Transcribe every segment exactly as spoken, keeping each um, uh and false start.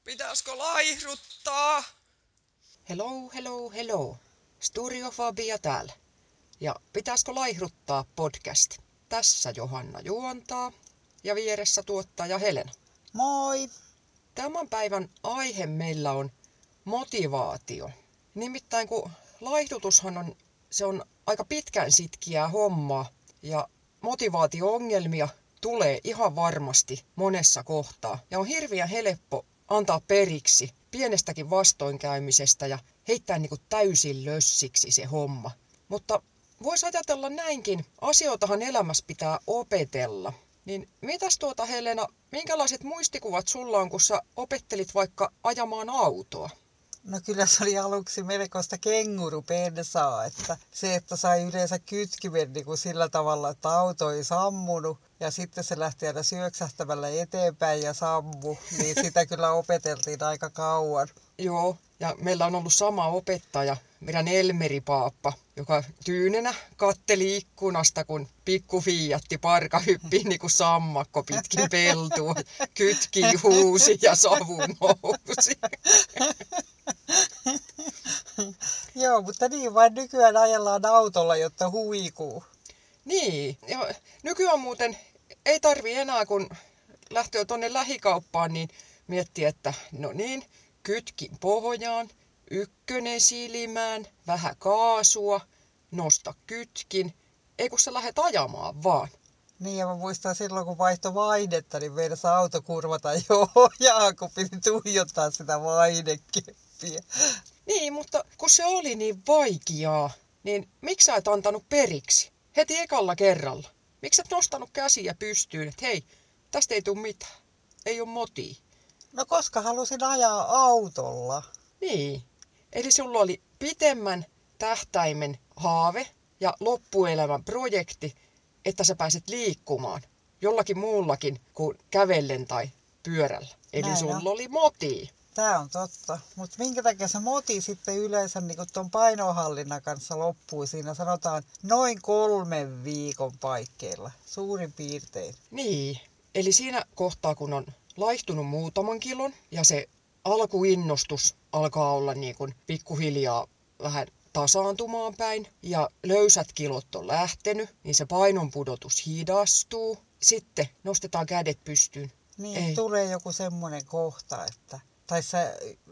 Pitäisikö laihruttaa? Hello, hello, hello. Sturjofobia täällä. Ja pitäisikö laihruttaa podcast? Tässä Johanna juontaa ja vieressä tuottaja Helena. Moi! Tämän päivän aihe meillä on motivaatio. Nimittäin kun laihdutushan on, se on aika pitkän sitkiää hommaa ja motivaatio-ongelmia tulee ihan varmasti monessa kohtaa. Ja on hirveän helppo antaa periksi pienestäkin vastoinkäymisestä ja heittää niin kuin täysin lössiksi se homma. Mutta voisi ajatella näinkin, asioitahan elämässä pitää opetella. Niin mitäs tuota Helena, minkälaiset muistikuvat sulla on, kun sä opettelit vaikka ajamaan autoa? No kyllä se oli aluksi melkoista kengurupensaa, että se, että sai yleensä kytkimen niin kuin sillä tavalla, että auto ei sammunut ja sitten se lähti aina syöksähtämällä eteenpäin ja sammu, niin sitä kyllä opeteltiin aika kauan. Joo, ja meillä on ollut sama opettaja, meidän Elmeri Paappa, joka tyynenä katteli ikkunasta, kun pikku Fiatti parka hyppii niin kuin sammakko pitkin peltua, kytki huusi ja savu nousi. Joo, mutta niin vain nykyään ajellaan autolla, jotta huikuu. Niin, ja nykyään muuten ei tarvi enää, kun lähtee tuonne lähikauppaan, niin miettiä, että no niin, kytkin pohjaan, ykkönen silmään, vähän kaasua, nosta kytkin. Ei kun sä lähdet ajamaan vaan. Niin ja mä muistan silloin, kun vaihtoi vaihdetta, niin meidän auto kurvata johjaa, kun piti tuijottaa sitä vaihdekeppiä. Niin, mutta kun se oli niin vaikeaa, niin miksi sä et antanut periksi? Heti ekalla kerralla. Miksi et nostanut käsiä pystyyn, että hei, tästä ei tule mitään. Ei ole motia. No koska halusin ajaa autolla. Niin. Eli sulla oli pitemmän tähtäimen haave ja loppuelämän projekti, että sä pääset liikkumaan jollakin muullakin kuin kävellen tai pyörällä. Eli Näin sulla on. oli motii. Tää on totta. Mutta minkä takia se moti sitten yleensä niin tuon painohallinnan kanssa loppui siinä sanotaan noin kolmen viikon paikkeilla. Suurin piirtein. Niin. Eli siinä kohtaa, kun on laihtunut muutaman kilon ja se alkuinnostus alkaa olla niin kuin pikkuhiljaa vähän tasaantumaan päin ja löysät kilot on lähtenyt, niin se painon pudotus hidastuu. Sitten nostetaan kädet pystyyn. Niin Ei. tulee joku semmoinen kohta, että tai sä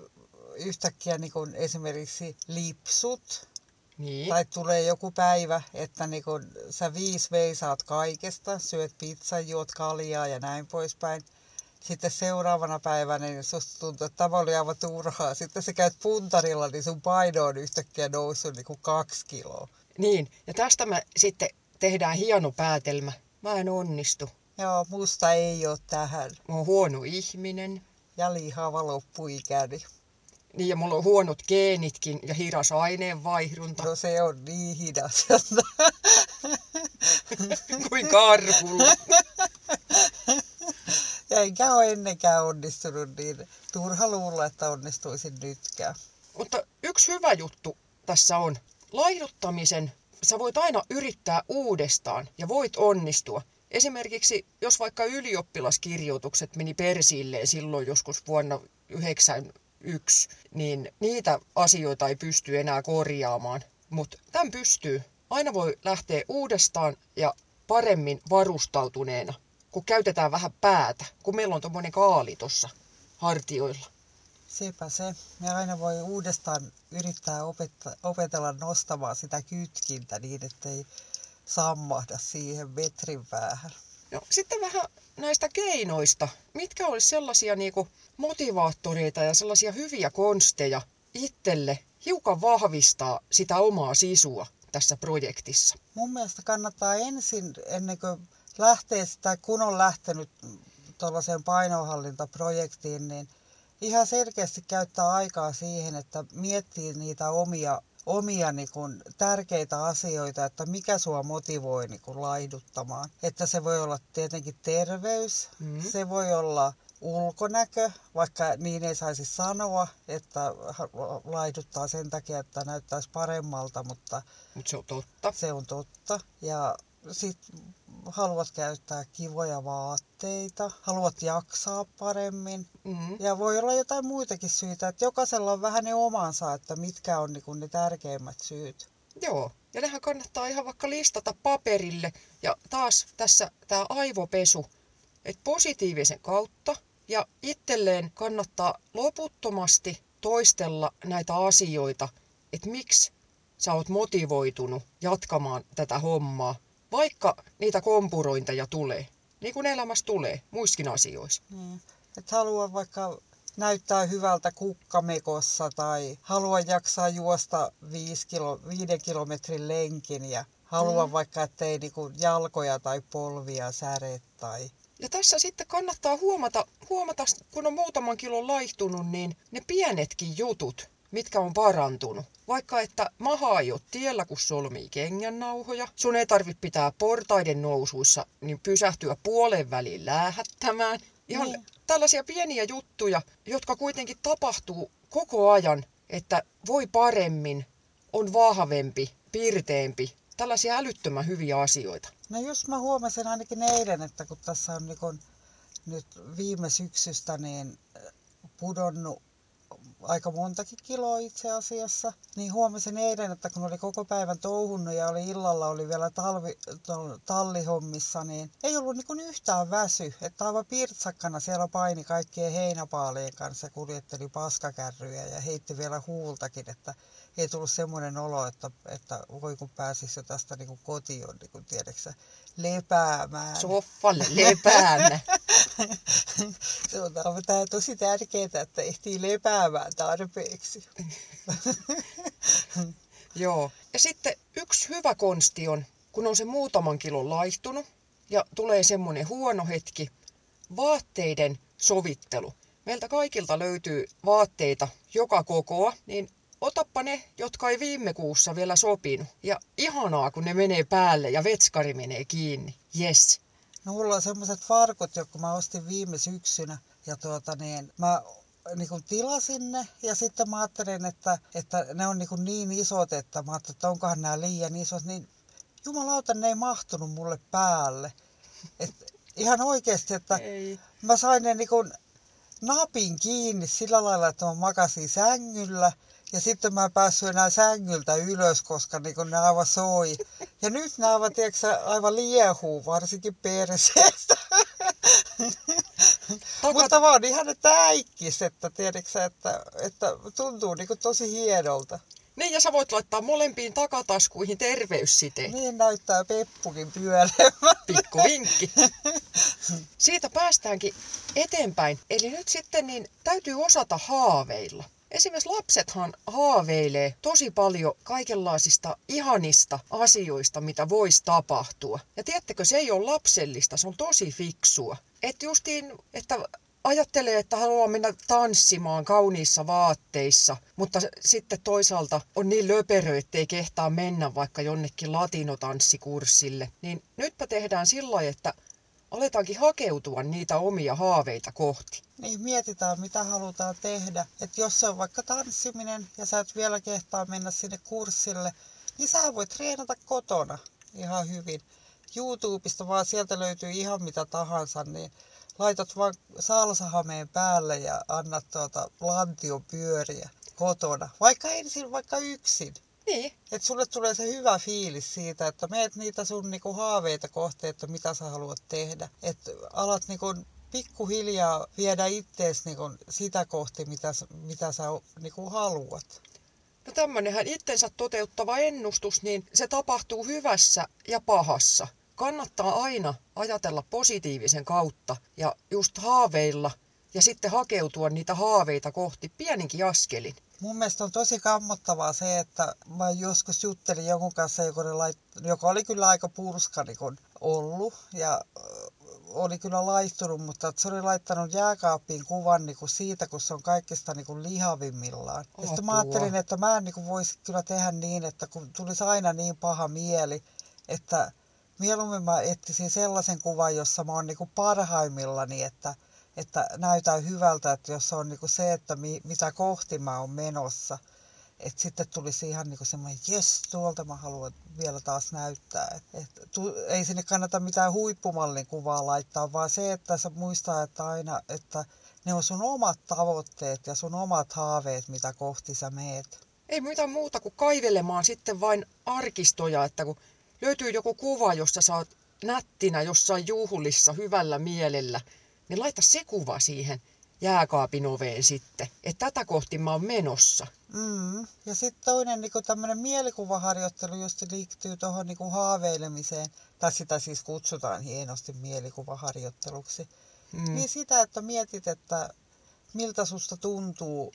yhtäkkiä niin kun esimerkiksi lipsut. Niin. Tai tulee joku päivä, että niin kun sä viisi veisaat kaikesta, syöt pizzan, juot kaljaa ja näin poispäin. Sitten seuraavana päivänä niin susta tuntuu, että tämä oli aivan turhaa. Sitten sä käyt puntarilla, niin sun paino on yhtäkkiä noussut niin kuin kaksi kiloa. Niin, ja tästä me sitten tehdään hieno päätelmä. Mä en onnistu. Joo, musta ei ole tähän. Mä oon huono ihminen. Ja lihava loppuikäni. Niin, ja mulla on huonot geenitkin ja hidas aineenvaihdunta. No se on niin hidas. Kuin karhulla. Ja enkä ole ennenkään onnistunut, niin turha luulla, että onnistuisin nytkään. Mutta yksi hyvä juttu tässä on. Laihduttamisen sä voit aina yrittää uudestaan ja voit onnistua. Esimerkiksi jos vaikka ylioppilaskirjoitukset meni persilleen silloin joskus vuonna yhdeksänkymmentäyksi, niin niitä asioita ei pysty enää korjaamaan. Mutta tämän pystyy. Aina voi lähteä uudestaan ja paremmin varustautuneena, kun käytetään vähän päätä, kun meillä on tommonen kaali tuossa hartioilla. Sepä se. Ja aina voi uudestaan yrittää opetta- opetella nostamaan sitä kytkintä niin, ettei sammahda siihen metrin päähän. No, sitten vähän näistä keinoista. Mitkä olisi sellaisia niinku motivaattoreita ja sellaisia hyviä konsteja itselle hiukan vahvistaa sitä omaa sisua tässä projektissa? Mun mielestä kannattaa ensin, ennen kuin lähtee sitä, kun on lähtenyt tuollaiseen painonhallintaprojektiin, niin ihan selkeästi käyttää aikaa siihen, että miettii niitä omia, omia niin kuin tärkeitä asioita, että mikä sua motivoi niin kuin laihduttamaan. Että se voi olla tietenkin terveys, Mm. se voi olla ulkonäkö, vaikka niin ei saisi sanoa, että laihduttaa sen takia, että näyttäisi paremmalta, mutta Mutta se on totta. se on totta. Ja sitten haluat käyttää kivoja vaatteita, haluat jaksaa paremmin. Mm. Ja voi olla jotain muitakin syitä, että jokaisella on vähän ne omansa, että mitkä on niin ne tärkeimmät syyt. Joo, ja nehän kannattaa ihan vaikka listata paperille. Ja taas tässä tämä aivopesu, että positiivisen kautta ja itselleen kannattaa loputtomasti toistella näitä asioita, että miksi sä oot motivoitunut jatkamaan tätä hommaa, vaikka niitä kompurointeja tulee, niin kuin elämässä tulee, muissakin asioissa. Niin. Että haluaa vaikka näyttää hyvältä kukkamekossa tai haluaa jaksaa juosta viisi kilo, viiden kilometrin lenkin ja haluaa Mm. vaikka, ettei niinku jalkoja tai polvia säre tai... Ja tässä sitten kannattaa huomata, huomata, kun on muutaman kilon laihtunut, niin ne pienetkin jutut, mitkä on parantunut. Vaikka että maha ei ole tiellä, kun solmii kengännauhoja. Sun ei tarvitse pitää portaiden nousuissa niin pysähtyä puolen väliin läähättämään. Ihan Niin. tällaisia pieniä juttuja, jotka kuitenkin tapahtuu koko ajan, että voi paremmin, on vahvempi, pirteempi. Tällaisia älyttömän hyviä asioita. No just mä huomasin ainakin eilen, että kun tässä on niin kun nyt viime syksystä niin pudonnut aika montakin kiloa itse asiassa, niin huomasin eilen, että kun oli koko päivän touhunnut ja oli illalla oli vielä talvi, tallihommissa, niin ei ollut niin kuin yhtään väsy. Että aivan pirtsakkana siellä paini kaikkien heinäpaalien kanssa, kuljetteli paskakärryjä ja heitti vielä huultakin, että ei tullut semmoinen olo, että, että voi kun pääsisi jo tästä niin kuin kotiin, niin kuin tiedätkö, lepäämään. Soffalle lepäämään. Se on tämä tosi tärkeää, että ehtii lepäämään tarpeeksi. Joo. Ja sitten yksi hyvä konsti on, kun on se muutaman kilon laihtunut ja tulee semmoinen huono hetki, vaatteiden sovittelu. Meiltä kaikilta löytyy vaatteita joka kokoa, niin otappa ne, jotka ei viime kuussa vielä sopinut. Ja ihanaa, kun ne menee päälle ja vetskari menee kiinni. Yes. No mulla on semmoiset farkut, jotka mä ostin viime syksynä ja tuota niin, mä niin kuin tilasin ne ja sitten mä ajattelin, että, että ne on niin, kuin niin isot, että mä ajattelin, että onkohan nämä liian isot, niin jumalauta, ne ei mahtunut mulle päälle. Et ihan oikeasti, että Ei. mä sain ne niin kuin napin kiinni sillä lailla, että mä makasin sängyllä. Ja sitten mä en päässyt enää sängyltä ylös, koska niin kun ne aivan soi. Ja nyt ne aivan, tiedätkö, aivan liehuu, varsinkin perseestä. Takat... Mutta mä oon ihan täikkis, että, tiedätkö, että, että tuntuu niin kuin tosi hienolta. Niin, ja sä voit laittaa molempiin takataskuihin terveyssiteen. Niin näyttää Peppukin pyölemään. Pikku vinkki. Siitä päästäänkin eteenpäin. Eli nyt sitten niin täytyy osata haaveilla. Esimerkiksi lapsethan haaveilee tosi paljon kaikenlaisista ihanista asioista, mitä voisi tapahtua. Ja tiedättekö, se ei ole lapsellista, se on tosi fiksua. Että justiin, että ajattelee, että haluaa mennä tanssimaan kauniissa vaatteissa, mutta sitten toisaalta on niin löperö, ettei kehtaa mennä vaikka jonnekin latinotanssikurssille. Niin nytpä tehdään sillä lailla, että aletaankin hakeutua niitä omia haaveita kohti. Niin mietitään, mitä halutaan tehdä. Että jos se on vaikka tanssiminen ja sä et vielä kehtaa mennä sinne kurssille, niin sä voit treenata kotona ihan hyvin. YouTubesta vaan sieltä löytyy ihan mitä tahansa, niin laitat vaan salsahameen päälle ja annat tuota lantion pyöriä kotona. Vaikka ensin vaikka yksin. Niin. Että sulle tulee se hyvä fiilis siitä, että meet niitä sun niinku haaveita kohti, että mitä sä haluat tehdä. Että alat niinku pikkuhiljaa viedä ittees niinku sitä kohti, mitä, mitä sä niinku haluat. No tämmönenhän itsensä toteuttava ennustus, niin se tapahtuu hyvässä ja pahassa. Kannattaa aina ajatella positiivisen kautta ja just haaveilla ja sitten hakeutua niitä haaveita kohti pieninkin askelin. Mun mielestä on tosi kammottavaa se, että mä joskus juttelin jonkun kanssa, joka oli, lait... joka oli kyllä aika purska niin kun ollut ja oli kyllä laihtunut, mutta se oli laittanut jääkaappiin kuvan niin kuin siitä, kun se on kaikista niin kuin lihavimmillaan. Apua. Ja sitten mä ajattelin, että mä en niin kuin voisi kyllä tehdä niin, että kun tulisi aina niin paha mieli, että mieluummin mä etsisin sellaisen kuvan, jossa mä oon niin kuin parhaimmillani, että että näytää hyvältä, että jos on niinku se, että mi, mitä kohti mä oon menossa. että sitten tulisi ihan niin semmoinen, että jes, tuolta mä haluan vielä taas näyttää. Et, et, tu, ei sinne kannata mitään huippumallin kuvaa laittaa, vaan se, että sä muistaa, että aina, että ne on sun omat tavoitteet ja sun omat haaveet, mitä kohti sä meet. Ei mitään muuta kuin kaivelemaan sitten vain arkistoja, että kun löytyy joku kuva, jossa sä oot nättinä jossain juhlissa hyvällä mielellä, niin laita se kuva siihen jääkaapin oveen sitten, että tätä kohti mä oon menossa. Mm. Ja sitten toinen niin tämmöinen mielikuvaharjoittelu just liittyy tuohon niin haaveilemiseen, tai sitä siis kutsutaan hienosti mielikuvaharjoitteluksi. Mm. Niin sitä, että mietit, että miltä susta tuntuu,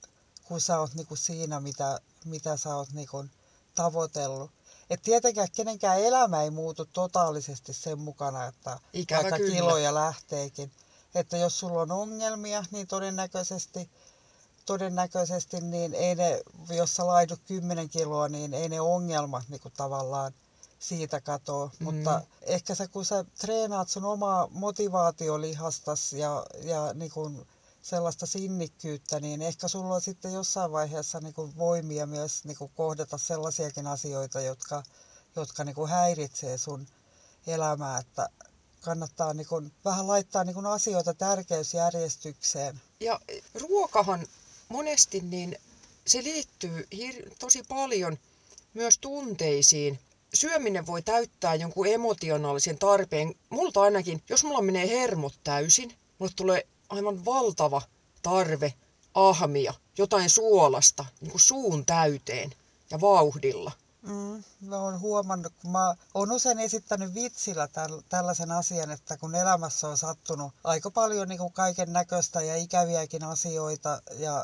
kun sä oot niin siinä, mitä, mitä sä oot niin tavoitellut. Et tietenkään kenenkään elämä ei muutu totaalisesti sen mukana, että Ikävä vaikka kyllä. kiloja lähteekin. Että jos sulla on ongelmia, niin todennäköisesti, todennäköisesti niin ei ne, jos sä laidut kymmenen kiloa, niin ei ne ongelmat niin kuin tavallaan siitä katoa. Mm. Mutta ehkä sä, kun sä treenaat sun omaa motivaatiolihastas ja, ja niin kuin sellaista sinnikkyyttä, niin ehkä sulla on sitten jossain vaiheessa niin kuin voimia myös niin kuin kohdata sellaisiakin asioita, jotka, jotka niin kuin häiritsee sun elämää, että kannattaa niin kuin vähän laittaa niin kuin asioita tärkeysjärjestykseen. Ja ruokahan monesti niin se liittyy hir- tosi paljon myös tunteisiin. Syöminen voi täyttää jonkun emotionaalisen tarpeen. Multa ainakin, jos mulla menee hermot täysin, mulle tulee aivan valtava tarve ahmia jotain suolasta niin kuin suun täyteen ja vauhdilla. Mm, mä oon huomannut, kun mä oon usein esittänyt vitsillä täl, tällaisen asian, että kun elämässä on sattunut aika paljon niin kuin kaiken näköistä ja ikäviäkin asioita, ja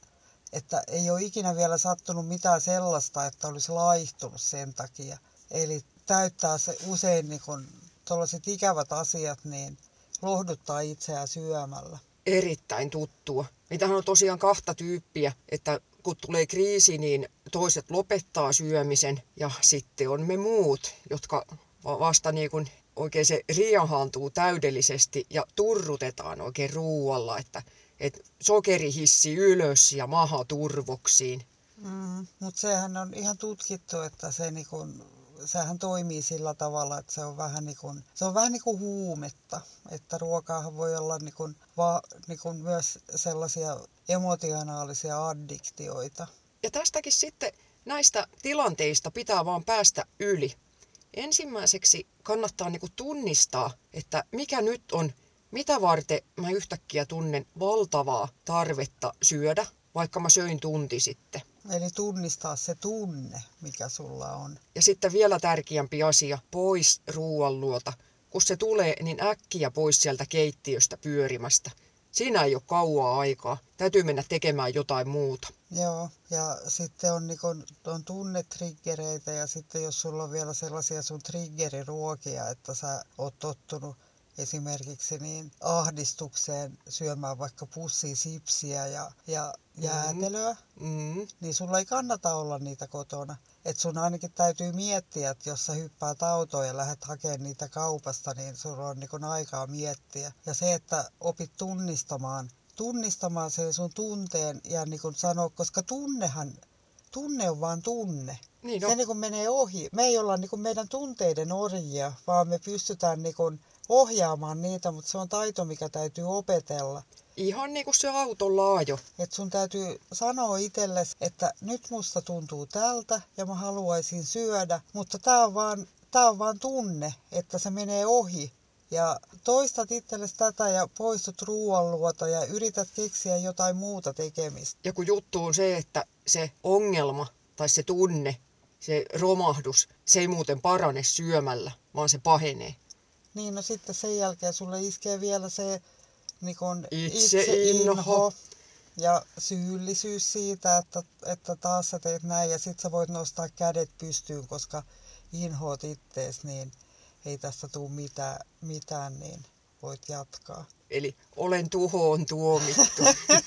että ei ole ikinä vielä sattunut mitään sellaista, että olisi laihtunut sen takia. Eli täyttää se usein niin kuin tuollaiset ikävät asiat, niin lohduttaa itseään syömällä. Erittäin tuttua. Niitähän on tosiaan kahta tyyppiä, että kun tulee kriisi, niin toiset lopettaa syömisen ja sitten on me muut, jotka vasta niin kuin oikein se riehaantuu täydellisesti ja turrutetaan oikein ruualla, että, että sokerihissi ylös ja maha turvoksiin. Mm, mutta sehän on ihan tutkittu, että se niin kun, sehän toimii sillä tavalla, että se on vähän niin kuin, se on vähän niin kuin huumetta, että ruokaahan voi olla niin kuin, va, niin kuin myös sellaisia emotionaalisia addiktioita. Ja tästäkin sitten näistä tilanteista pitää vaan päästä yli. Ensimmäiseksi kannattaa niin kuin tunnistaa, että mikä nyt on, mitä varten mä yhtäkkiä tunnen valtavaa tarvetta syödä, vaikka mä söin tunti sitten. Eli tunnistaa se tunne, mikä sulla on. Ja sitten vielä tärkeämpi asia, pois ruoan luota. Kun se tulee, niin äkkiä pois sieltä keittiöstä pyörimästä. Siinä ei ole kauaa aikaa. Täytyy mennä tekemään jotain muuta. Joo, ja sitten on, niin kun, on tunnetriggereitä ja sitten jos sulla on vielä sellaisia sun triggeriruokia, että sä oot tottunut esimerkiksi niin ahdistukseen syömään vaikka pussia sipsiä ja, ja jäätelöä, Mm. niin sulla ei kannata olla niitä kotona. Et sun ainakin täytyy miettiä, että jos sä hyppäät autoon ja lähdet hakemaan niitä kaupasta, niin sulla on niin kun aikaa miettiä. Ja se, että opit tunnistamaan, tunnistamaan sen sun tunteen ja niin kun sanoo, koska tunnehan, tunne on vaan tunne. Niin Se on. niin kun menee ohi. Me ei olla niin kun meidän tunteiden orjia, vaan me pystytään niin kun ohjaamaan niitä, mutta se on taito, mikä täytyy opetella. Ihan niin kuin se auton laajo. Että sun täytyy sanoa itsellesi, että nyt musta tuntuu tältä ja mä haluaisin syödä, mutta tää on vaan, tää on vaan tunne, että se menee ohi. Ja toistat itsellesi tätä ja poistut ruoan luota ja yrität keksiä jotain muuta tekemistä. Ja kun juttu on se, että se ongelma tai se tunne, se romahdus, se ei muuten parane syömällä, vaan se pahenee. Niin no sitten sen jälkeen sulle iskee vielä se niin kun Itseinho. ja syyllisyys siitä, että, että taas sä teet näin ja sit sä voit nostaa kädet pystyyn, koska inhoat ittees, niin ei tästä tule mitään, mitään, niin voit jatkaa. Eli olen tuhoon tuomittu.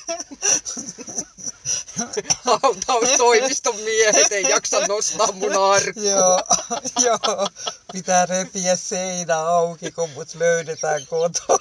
Hautaustoimiston miehet ei jaksa nostaa mun arkkuun. Joo, joo, pitää repiä seinä auki, kun mut löydetään kotoa.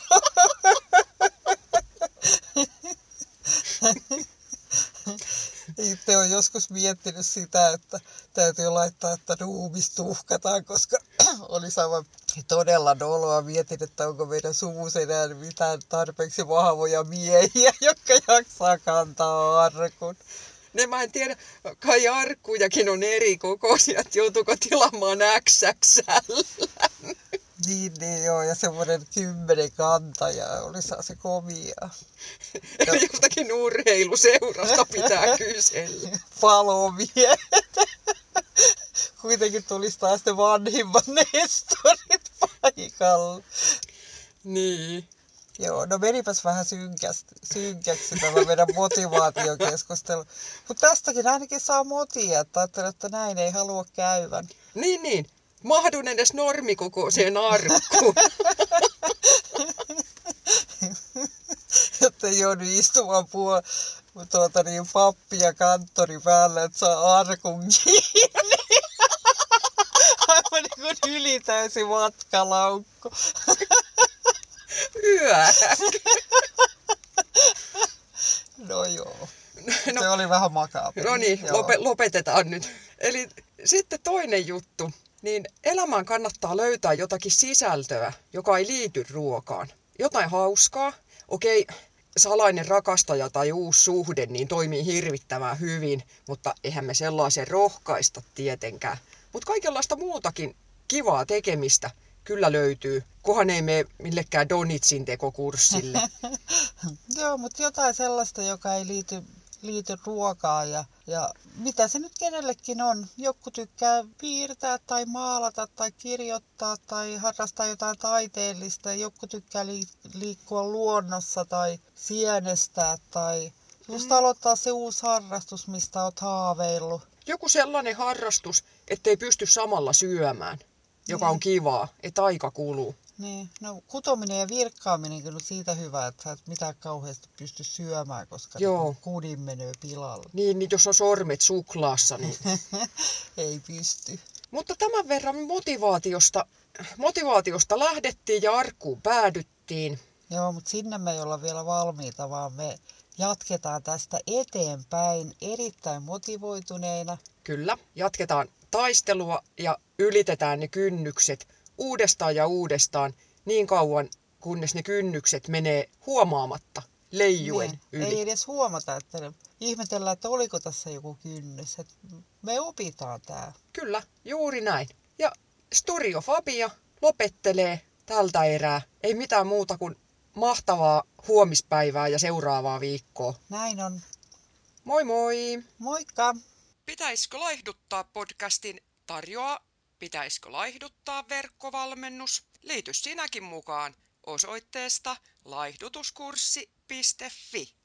Itse olen joskus miettinyt sitä, että täytyy laittaa, että ruumis tuhkataan, koska olisi aivan todella noloa. Mietin, että onko meidän suvussa enää mitään tarpeeksi vahvoja miehiä, jotka jaksaa kantaa arkun. Ne mä en tiedä, kai arkkujakin on eri kokoisia, että joutuuko tilaamaan X X L. Niin, niin joo, ja semmoinen kymmenen kantaja, olisi se komia. Jostakin urheiluseurasta pitää kysellä. Palomiehet. Kuitenkin tulisi taas ne vanhimman nestorit paikalle. Niin. Joo, no menipäs vähän synkästi, synkäksi tämä meidän motivaatiokeskustelu. Mutta tästäkin ainakin saa motia, että ajattelen, että näin ei halua käyvän. Niin, niin. Mahdun edes normikokoiseen arkkuun. Jotta ei joudu istumaan puol tuota niin, pappi ja kanttori päällä, että saa arkun kiinni. Aivan niin kuin ylitäysi matkalaukku. Yöhä. No joo. No, Se oli vähän makaabeli. no niin, Joo. lope, lopetetaan nyt. Eli sitten toinen juttu. Niin elämään kannattaa löytää jotakin sisältöä, joka ei liity ruokaan. Jotain hauskaa. Okei, salainen rakastaja tai uusi suhde niin toimii hirvittävän hyvin, mutta eihän me sellaisen rohkaista tietenkään. Mutta kaikenlaista muutakin kivaa tekemistä kyllä löytyy, kunhan ei mene millekään donitsin tekokurssille. Joo, mutta jotain sellaista, joka ei liity, liity ruokaan ja, ja mitä se nyt kenellekin on. Joku tykkää piirtää tai maalata tai kirjoittaa tai harrastaa jotain taiteellista. Joku tykkää li, liikkua luonnossa tai sienestää tai just Mm. aloittaa se uusi harrastus, mistä oot haaveillut. Joku sellainen harrastus, ettei pysty samalla syömään, joka on Niin. kivaa, että aika kuluu. Niin, no kutominen ja virkkaaminen on siitä hyvä, että sä et mitään kauheasti pysty syömään, koska Joo. niin kudin menee pilalle. Niin, niin jos on sormet suklaassa, niin... Ei pysty. Mutta tämän verran motivaatiosta, motivaatiosta lähdettiin ja arkkuun päädyttiin. Joo, mutta sinne me ei olla vielä valmiita, vaan me jatketaan tästä eteenpäin erittäin motivoituneina. Kyllä, jatketaan taistelua ja ylitetään ne kynnykset uudestaan ja uudestaan niin kauan, kunnes ne kynnykset menee huomaamatta leijuen Niin, yli. ei edes huomata, että ihmetellään, että oliko tässä joku kynnys. Et me opitaan tää. Kyllä, juuri näin. Ja Studio Fabia lopettelee tältä erää. Ei mitään muuta kuin mahtavaa huomispäivää ja seuraavaa viikkoa. Näin on. Moi moi! Moikka! Pitäisikö laihduttaa podcastin tarjoaa Pitäisikö laihduttaa verkkovalmennus? Liity sinäkin mukaan osoitteesta laihdutuskurssi piste fi.